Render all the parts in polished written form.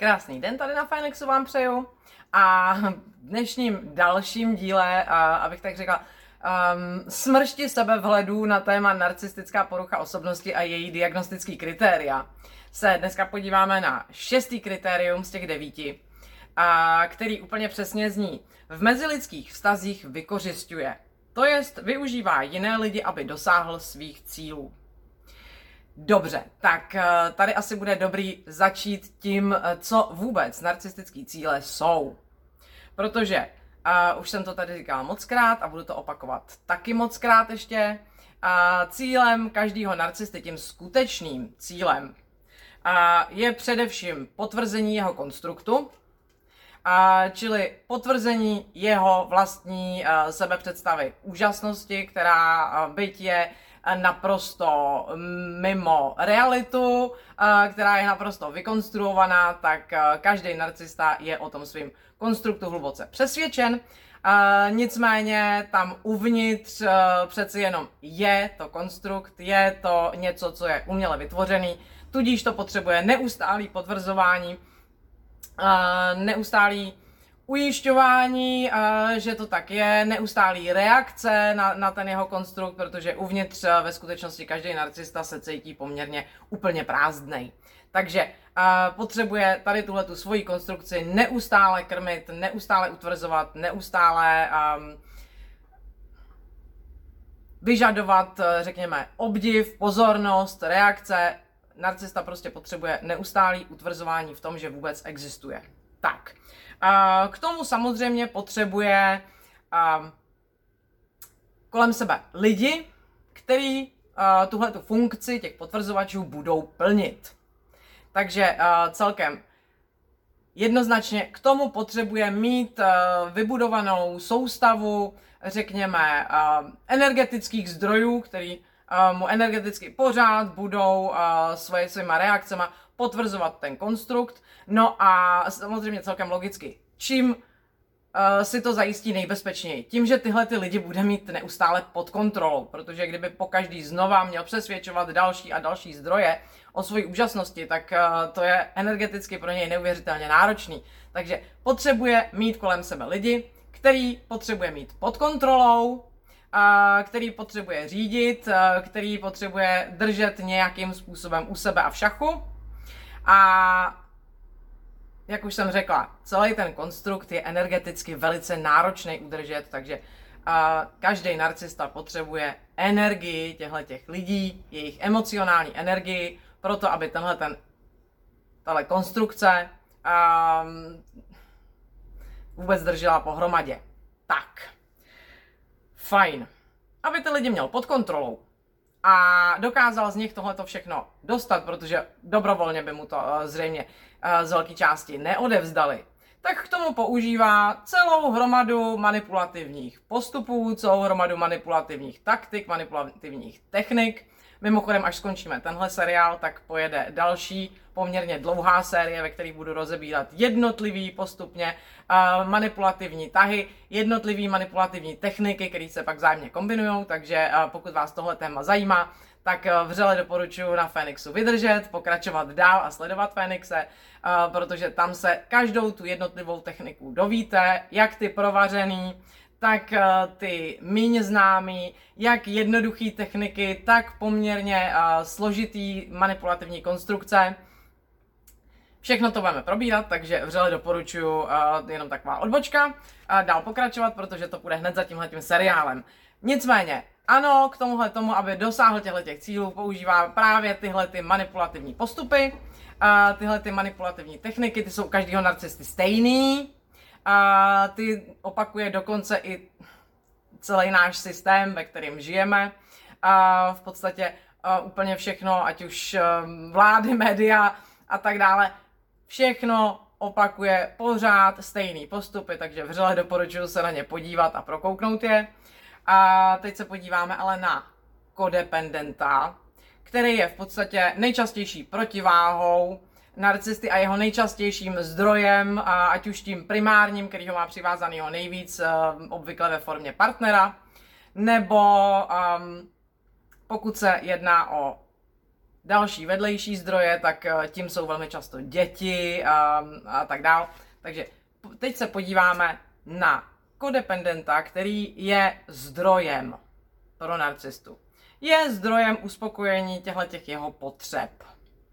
Krásný den tady na Fenixu vám přeju a v dnešním dalším díle, abych tak řekla, smršti sebevhledů na téma narcistická porucha osobnosti a její diagnostický kritéria, se dneska podíváme na 6. kritérium z těch 9, který úplně přesně zní: v mezilidských vztazích vykořisťuje, to jest využívá jiné lidi, aby dosáhl svých cílů. Dobře, tak tady asi bude dobrý začít tím, co vůbec narcistické cíle jsou. Protože už jsem to tady říkala mockrát a budu to opakovat taky mockrát ještě. Cílem každého narcisty, tím skutečným cílem, je především potvrzení jeho konstruktu, čili potvrzení jeho vlastní sebepředstavy úžasnosti, která byť je naprosto mimo realitu, která je naprosto vykonstruovaná, tak každý narcista je o tom svým konstruktu hluboce přesvědčen. Nicméně tam uvnitř přeci jenom je to konstrukt, je to něco, co je uměle vytvořený, tudíž to potřebuje neustálý potvrzování, neustálý ujišťování, že to tak je, neustálý reakce na ten jeho konstrukt, protože uvnitř ve skutečnosti každý narcista se cítí poměrně úplně prázdnej. Takže potřebuje tady tuhletu svoji konstrukci neustále krmit, neustále utvrzovat, neustále vyžadovat, řekněme, obdiv, pozornost, reakce. Narcista prostě potřebuje neustálý utvrzování v tom, že vůbec existuje. Tak. K tomu samozřejmě potřebuje kolem sebe lidi, kteří tuhletu funkci těch potvrzovačů budou plnit. Takže celkem jednoznačně k tomu potřebuje mít vybudovanou soustavu, řekněme, energetických zdrojů, který mu energeticky pořád budou svýma reakcemi potvrzovat ten konstrukt. No a samozřejmě celkem logicky, čím si to zajistí nejbezpečněji? Tím, že tyhle ty lidi bude mít neustále pod kontrolou, protože kdyby pokaždý znova měl přesvědčovat další a další zdroje o své úžasnosti, tak to je energeticky pro něj neuvěřitelně náročný. Takže potřebuje mít kolem sebe lidi, který potřebuje mít pod kontrolou, který potřebuje řídit, který potřebuje držet nějakým způsobem u sebe a v šachu. A jak už jsem řekla, celý ten konstrukt je energeticky velice náročný udržet, takže každý narcista potřebuje energii těchto lidí, jejich emocionální energii, proto aby tahle konstrukce vůbec držela pohromadě. Tak, fajn. Aby ty lidi měl pod kontrolou a dokázal z nich tohleto všechno dostat, protože dobrovolně by mu to zřejmě z velké části neodevzdali, tak k tomu používá celou hromadu manipulativních postupů, celou hromadu manipulativních taktik, manipulativních technik. Mimochodem, až skončíme tenhle seriál, tak pojede další poměrně dlouhá série, ve které budu rozebírat jednotlivý postupně manipulativní tahy, jednotlivý manipulativní techniky, které se pak vzájemně kombinují, takže pokud vás tohle téma zajímá, tak vřele doporučuji na Fenixu vydržet, pokračovat dál a sledovat Fenixe, protože tam se každou tu jednotlivou techniku dovíte, jak ty provařený, tak ty méně známý, jak jednoduchý techniky, tak poměrně složitý manipulativní konstrukce. Všechno to budeme probírat, takže vřele doporučuji, jenom taková odbočka, dál pokračovat, protože to půjde hned za tímhletím seriálem. Nicméně, ano, k tomuhle tomu, aby dosáhl těchto cílů, používá právě tyhle ty manipulativní postupy, tyhle ty manipulativní techniky, ty jsou u každého narcisty stejný, ty opakuje dokonce i celý náš systém, ve kterém žijeme. V podstatě úplně všechno, ať už vlády, média a tak dále, všechno opakuje pořád stejný postupy, takže vřele doporučuji se na ně podívat a prokouknout je. A teď se podíváme ale na kodependenta, který je v podstatě nejčastější protiváhou narcisty a jeho nejčastějším zdrojem, ať už tím primárním, který ho má přivázanýho nejvíc, obvykle ve formě partnera, nebo pokud se jedná o další vedlejší zdroje, tak tím jsou velmi často děti a tak dál. Takže teď se podíváme na kodependenta, který je zdrojem pro narcistu. Je zdrojem uspokojení těchto jeho potřeb.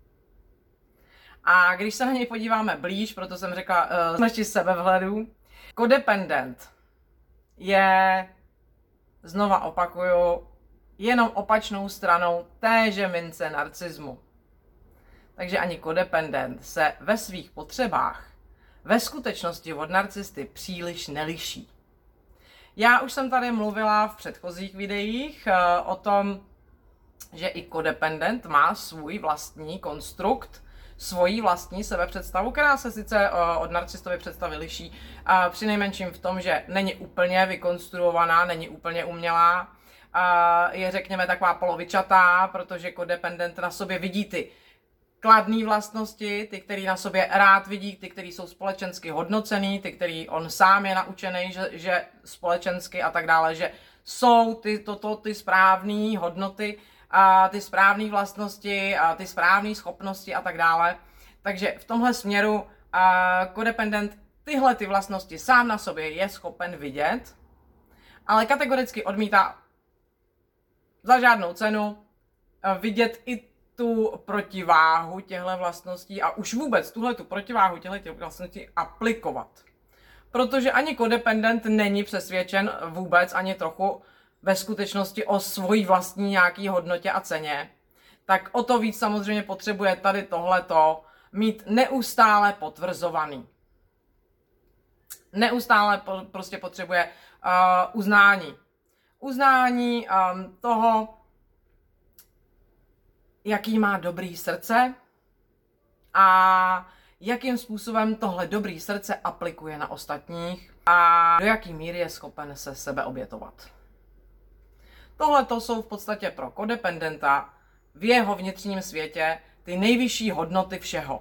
A když se na něj podíváme blíž, proto jsem řekla smrti sebevhledu, kodependent je, znova opakuju, jenom opačnou stranou téže mince narcismu. Takže ani kodependent se ve svých potřebách ve skutečnosti od narcisty příliš neliší. Já už jsem tady mluvila v předchozích videích o tom, že i kodependent má svůj vlastní konstrukt, svoji vlastní sebepředstavu, která se sice od narcistovy představy liší, přinejmenším v tom, že není úplně vykonstruovaná, není úplně umělá, je řekněme taková polovičatá, protože kodependent na sobě vidí ty kladné vlastnosti, ty, který na sobě rád vidí, ty, který jsou společensky hodnocený, ty, který on sám je naučený, že společensky a tak dále, že jsou ty správné hodnoty, a ty správné vlastnosti, a ty správné schopnosti a tak dále. Takže v tomhle směru kodependent tyhle ty vlastnosti sám na sobě je schopen vidět, ale kategoricky odmítá za žádnou cenu vidět i tu protiváhu těchto vlastností a už vůbec tu protiváhu těchto vlastností aplikovat. Protože ani kodependent není přesvědčen vůbec ani trochu ve skutečnosti o svojí vlastní nějaký hodnotě a ceně, tak o to víc samozřejmě potřebuje tady tohleto mít neustále potvrzovaný. Neustále prostě potřebuje uznání. Uznání toho, jaký má dobrý srdce a jakým způsobem tohle dobrý srdce aplikuje na ostatních a do jaký míry je schopen se sebe obětovat. Tohle to jsou v podstatě pro kodependenta v jeho vnitřním světě ty nejvyšší hodnoty všeho.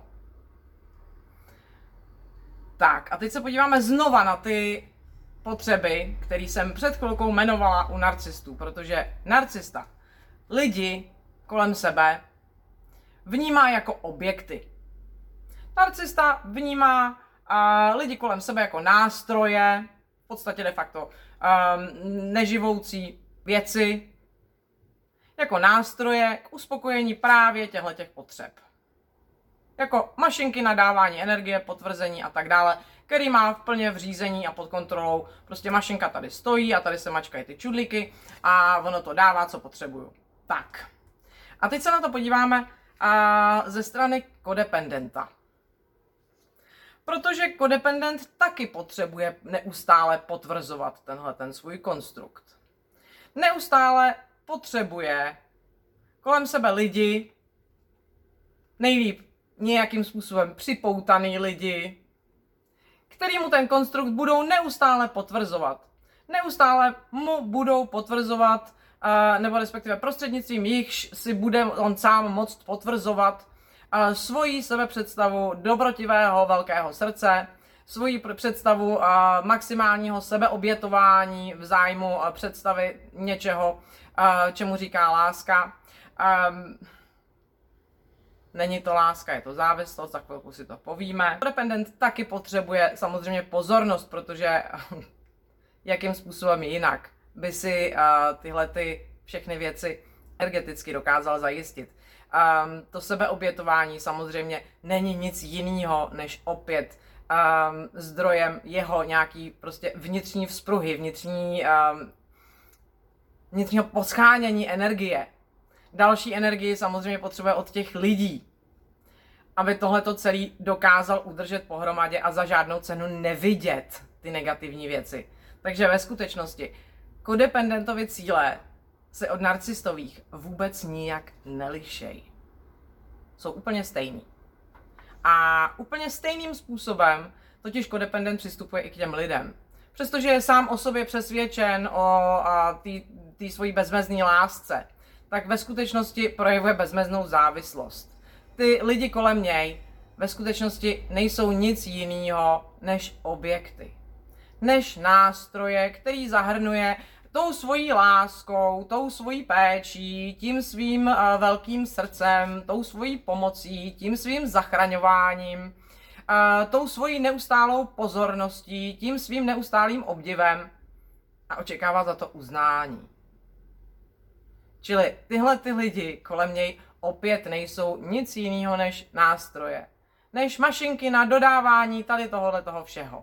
Tak a teď se podíváme znova na ty potřeby, které jsem před chvilkou jmenovala u narcistů, protože narcista lidi kolem sebe vnímá jako objekty. Narcista vnímá lidi kolem sebe jako nástroje, v podstatě de facto neživoucí věci, jako nástroje k uspokojení právě těchto potřeb. Jako mašinky na dávání energie, potvrzení a tak dále, který má plně v řízení a pod kontrolou. Prostě mašinka tady stojí a tady se mačkají ty čudlíky a ono to dává, co potřebuju. Tak. A teď se na to podíváme ze strany kodependenta. Protože kodependent taky potřebuje neustále potvrzovat ten svůj konstrukt. Neustále potřebuje kolem sebe lidi, nejlíp nějakým způsobem připoutaný lidi, který mu ten konstrukt budou neustále potvrzovat. Neustále mu budou potvrzovat, nebo respektive prostřednictvím jichž si bude on sám moct potvrzovat svoji sebepředstavu dobrotivého velkého srdce, svoji představu maximálního sebeobětování v zájmu představy něčeho, čemu říká láska. Není to láska, je to závislost, za chvilku si to povíme. Kodependent taky potřebuje samozřejmě pozornost, protože jakým způsobem jinak by si tyhle všechny věci energeticky dokázal zajistit. To sebeobětování samozřejmě není nic jiného, než opět zdrojem jeho nějaký prostě vnitřní vzpruhy, vnitřního poschánění energie. Další energii samozřejmě potřebuje od těch lidí, aby tohleto celý dokázal udržet pohromadě a za žádnou cenu nevidět ty negativní věci. Takže ve skutečnosti kodependentovy cíle se od narcistových vůbec nijak nelišejí. Jsou úplně stejný. A úplně stejným způsobem totiž kodependent přistupuje i k těm lidem. Přestože je sám o sobě přesvědčen o té svojí bezmezné lásce, tak ve skutečnosti projevuje bezmeznou závislost. Ty lidi kolem něj ve skutečnosti nejsou nic jiného než objekty. Než nástroje, který zahrnuje tou svojí láskou, tou svojí péčí, tím svým velkým srdcem, tou svojí pomocí, tím svým zachraňováním, tou svojí neustálou pozorností, tím svým neustálým obdivem a očekává za to uznání. Čili tyhle ty lidi kolem něj opět nejsou nic jiného než nástroje, než mašinky na dodávání tady toho všeho.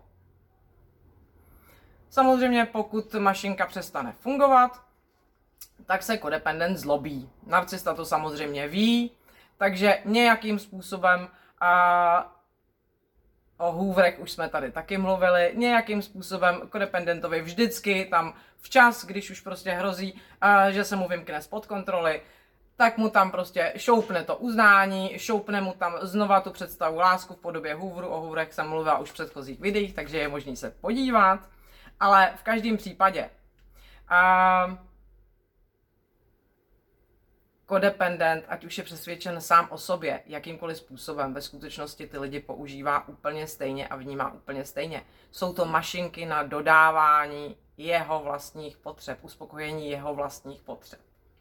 Samozřejmě pokud mašinka přestane fungovat, tak se kodependent zlobí. Narcista to samozřejmě ví, takže nějakým způsobem o hůvrech už jsme tady taky mluvili, nějakým způsobem kodependentovi vždycky tam včas, když už prostě hrozí, že se mu vymkne spod kontroly, tak mu tam prostě šoupne to uznání, šoupne mu tam znova tu představu lásku v podobě hůvru. O hůvrech jsem mluvila už v předchozích videích, takže je možný se podívat. Ale v každém případě kodependent, ať už je přesvědčen sám o sobě, jakýmkoliv způsobem, ve skutečnosti ty lidi používá úplně stejně a vnímá úplně stejně. Jsou to mašinky na dodávání jeho vlastních potřeb, uspokojení jeho vlastních potřeb.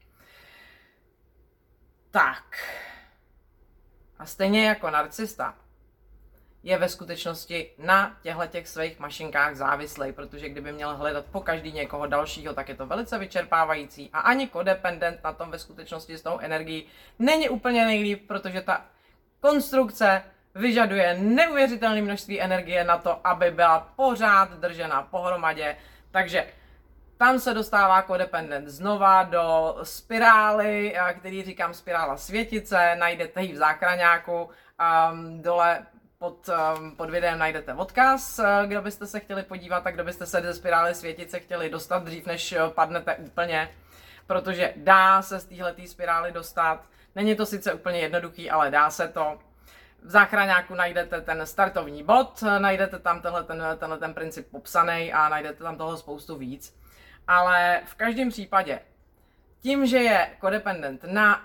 Tak. A stejně jako narcista je ve skutečnosti na těchto svých mašinkách závislý, protože kdyby měl hledat po každý někoho dalšího, tak je to velice vyčerpávající a ani kodependent na tom ve skutečnosti s tou energií není úplně nejlíp, protože ta konstrukce vyžaduje neuvěřitelné množství energie na to, aby byla pořád držena pohromadě, takže tam se dostává kodependent znova do spirály, který říkám spirála světice, najdete ji v záchraňáku, dole pod videem najdete odkaz, kdo byste se chtěli podívat a kdo byste se ze spirály světice chtěli dostat dřív, než padnete úplně, protože dá se z téhletý spirály dostat. Není to sice úplně jednoduchý, ale dá se to. V záchraňáku najdete ten startovní bod, najdete tam tenhle ten princip popsaný a najdete tam toho spoustu víc. Ale v každém případě, tím, že je kodependent na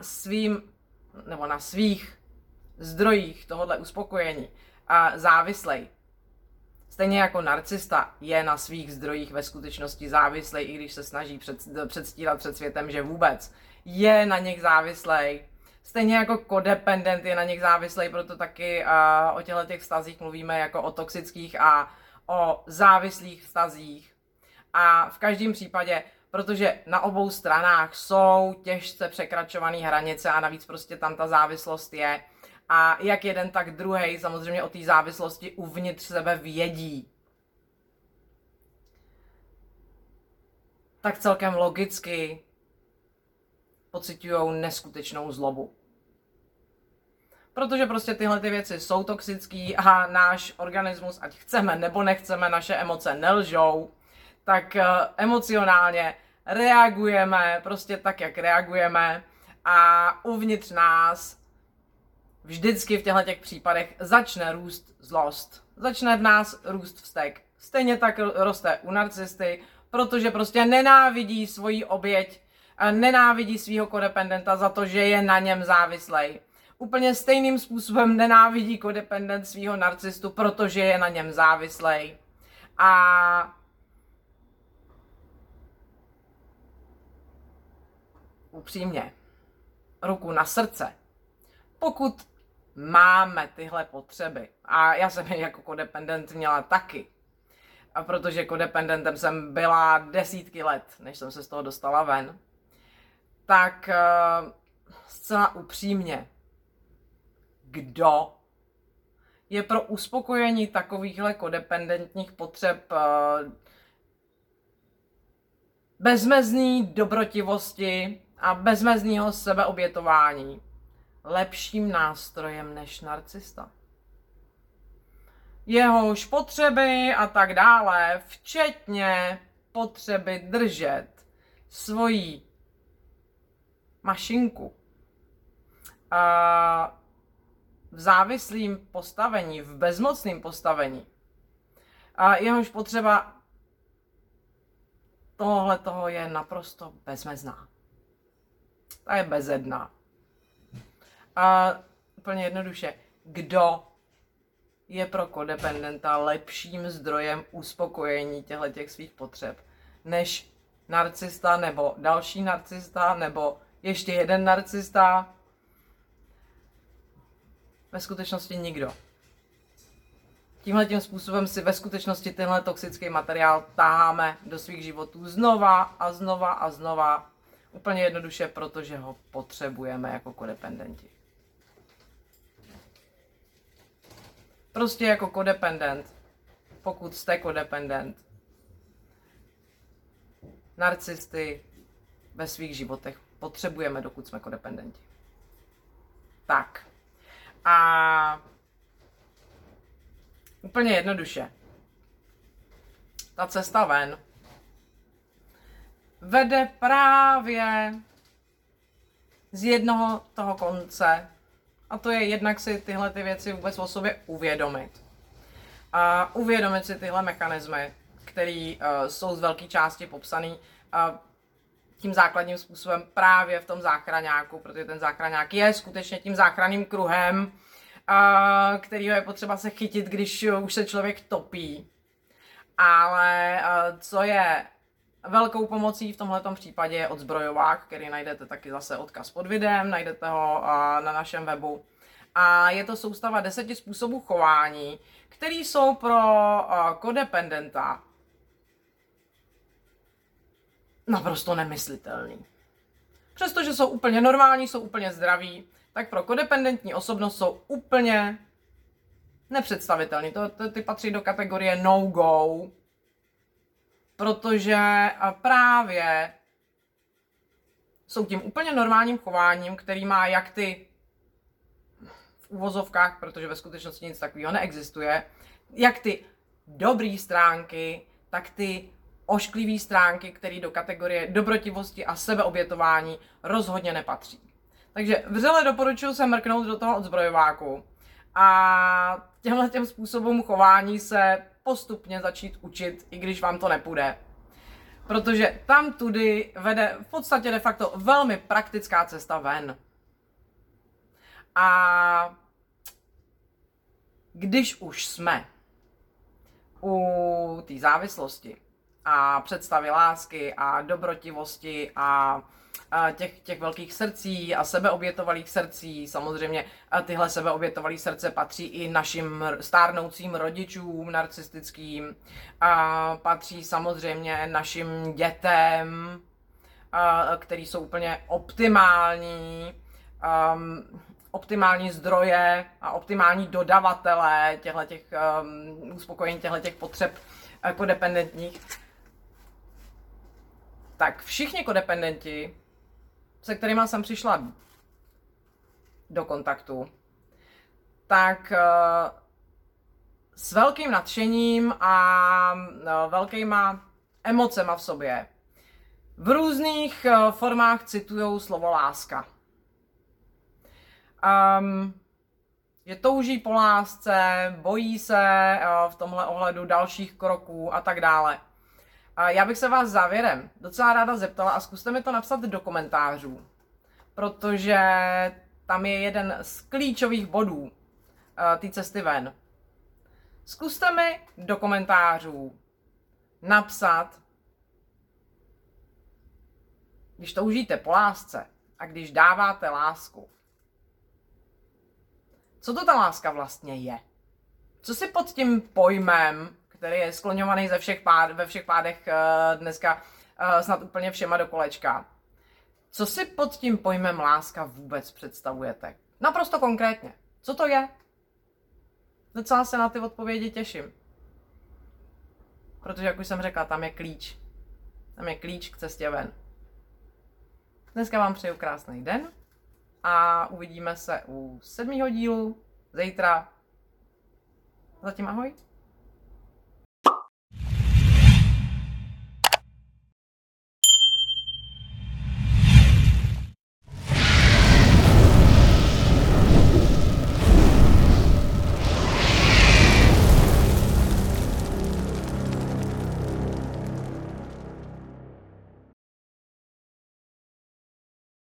svých zdrojích tohohle uspokojení a závislej, stejně jako narcista je na svých zdrojích ve skutečnosti závislej, i když se snaží předstírat před světem, že vůbec je na nich závislej. Stejně jako kodependent je na nich závislej, proto taky o těchto vztazích mluvíme jako o toxických a o závislých vztazích. A v každém případě, protože na obou stranách jsou těžce překračované hranice a navíc prostě tam ta závislost je. A jak jeden, tak druhý samozřejmě o té závislosti uvnitř sebe vědí. Tak celkem logicky pociťujou neskutečnou zlobu. Protože prostě tyhle ty věci jsou toxický a náš organismus, ať chceme nebo nechceme, naše emoce nelžou, tak emocionálně reagujeme prostě tak, jak reagujeme a uvnitř nás vždycky v těchto případech začne růst zlost. Začne v nás růst vztek. Stejně tak roste u narcisty, protože prostě nenávidí svoji oběť, nenávidí svého kodependenta za to, že je na něm závislej. Úplně stejným způsobem nenávidí kodependent svého narcistu, protože je na něm závislej. A upřímně, ruku na srdce, pokud máme tyhle potřeby, a já jsem je jako kodependent měla taky, a protože kodependentem jsem byla desítky let, než jsem se z toho dostala ven, tak zcela upřímně, kdo je pro uspokojení takovýchhle kodependentních potřeb bezmezný dobrotivosti a bezmezného sebeobětování lepším nástrojem než narcista. Jehož potřeby a tak dále, včetně potřeby držet svoji mašinku v závislém postavení, v bezmocném postavení, jehož potřeba tohle toho je naprosto bezmezná. Ta je bezedná. A úplně jednoduše, kdo je pro kodependenta lepším zdrojem uspokojení těchto svých potřeb, než narcista, nebo další narcista, nebo ještě jeden narcista. Ve skutečnosti nikdo. Tímhletím způsobem si ve skutečnosti tenhle toxický materiál taháme do svých životů znova a znova a znova. Úplně jednoduše, protože ho potřebujeme jako kodependenti. Prostě jako kodependent, pokud jste kodependent, narcisty ve svých životech potřebujeme, dokud jsme kodependenti. Tak. A úplně jednoduše. Ta cesta ven vede právě z jednoho toho konce. A to je jednak si tyhle ty věci vůbec o sobě uvědomit. A uvědomit si tyhle mechanismy, které jsou z velké části popsané tím základním způsobem právě v tom záchraňáku, protože ten záchraňák je skutečně tím záchranným kruhem, kterýho je potřeba se chytit, když už se člověk topí. Ale co je velkou pomocí v tomhletom případě je odzbrojovák, který najdete taky zase odkaz pod videem, najdete ho na našem webu. A je to soustava 10 způsobů chování, které jsou pro kodependenta naprosto nemyslitelný. Přestože jsou úplně normální, jsou úplně zdraví, tak pro kodependentní osobnost jsou úplně nepředstavitelný. Ty patří do kategorie no-go, protože právě jsou tím úplně normálním chováním, který má jak ty v uvozovkách, protože ve skutečnosti nic takového neexistuje, jak ty dobré stránky, tak ty ošklivé stránky, které do kategorie dobrotivosti a sebeobětování rozhodně nepatří. Takže vřele doporučuji se mrknout do toho odzbrojováku a těmhle způsobům chování se postupně začít učit, i když vám to nepůjde. Protože tam tudy vede v podstatě de facto velmi praktická cesta ven. A když už jsme u té závislosti a představy lásky a dobrotivosti a těch velkých srdcí a sebeobětovalých srdcí, samozřejmě tyhle sebeobětovalé srdce patří i našim stárnoucím rodičům narcistickým, patří samozřejmě našim dětem, který jsou úplně optimální zdroje a optimální dodavatelé uspokojení těchto potřeb kodependentních. Tak všichni kodependenti, se kterými jsem přišla do kontaktu, tak s velkým nadšením a velkýma emocema v sobě v různých formách citujou slovo láska. Že touží po lásce, bojí se v tomhle ohledu dalších kroků a tak dále. Já bych se vás závěrem docela ráda zeptala a zkuste mi to napsat do komentářů, protože tam je jeden z klíčových bodů té cesty ven. Zkuste mi do komentářů napsat, když toužíte po lásce a když dáváte lásku, co to ta láska vlastně je? Co si pod tím pojmem, který je skloňovaný ve všech pádech dneska snad úplně všema do kolečka, co si pod tím pojmem láska vůbec představujete? Naprosto konkrétně. Co to je? Docela se na ty odpovědi těším. Protože, jak už jsem řekla, tam je klíč. Tam je klíč k cestě ven. Dneska vám přeju krásný den a uvidíme se u 7. dílu zítra. Zatím ahoj.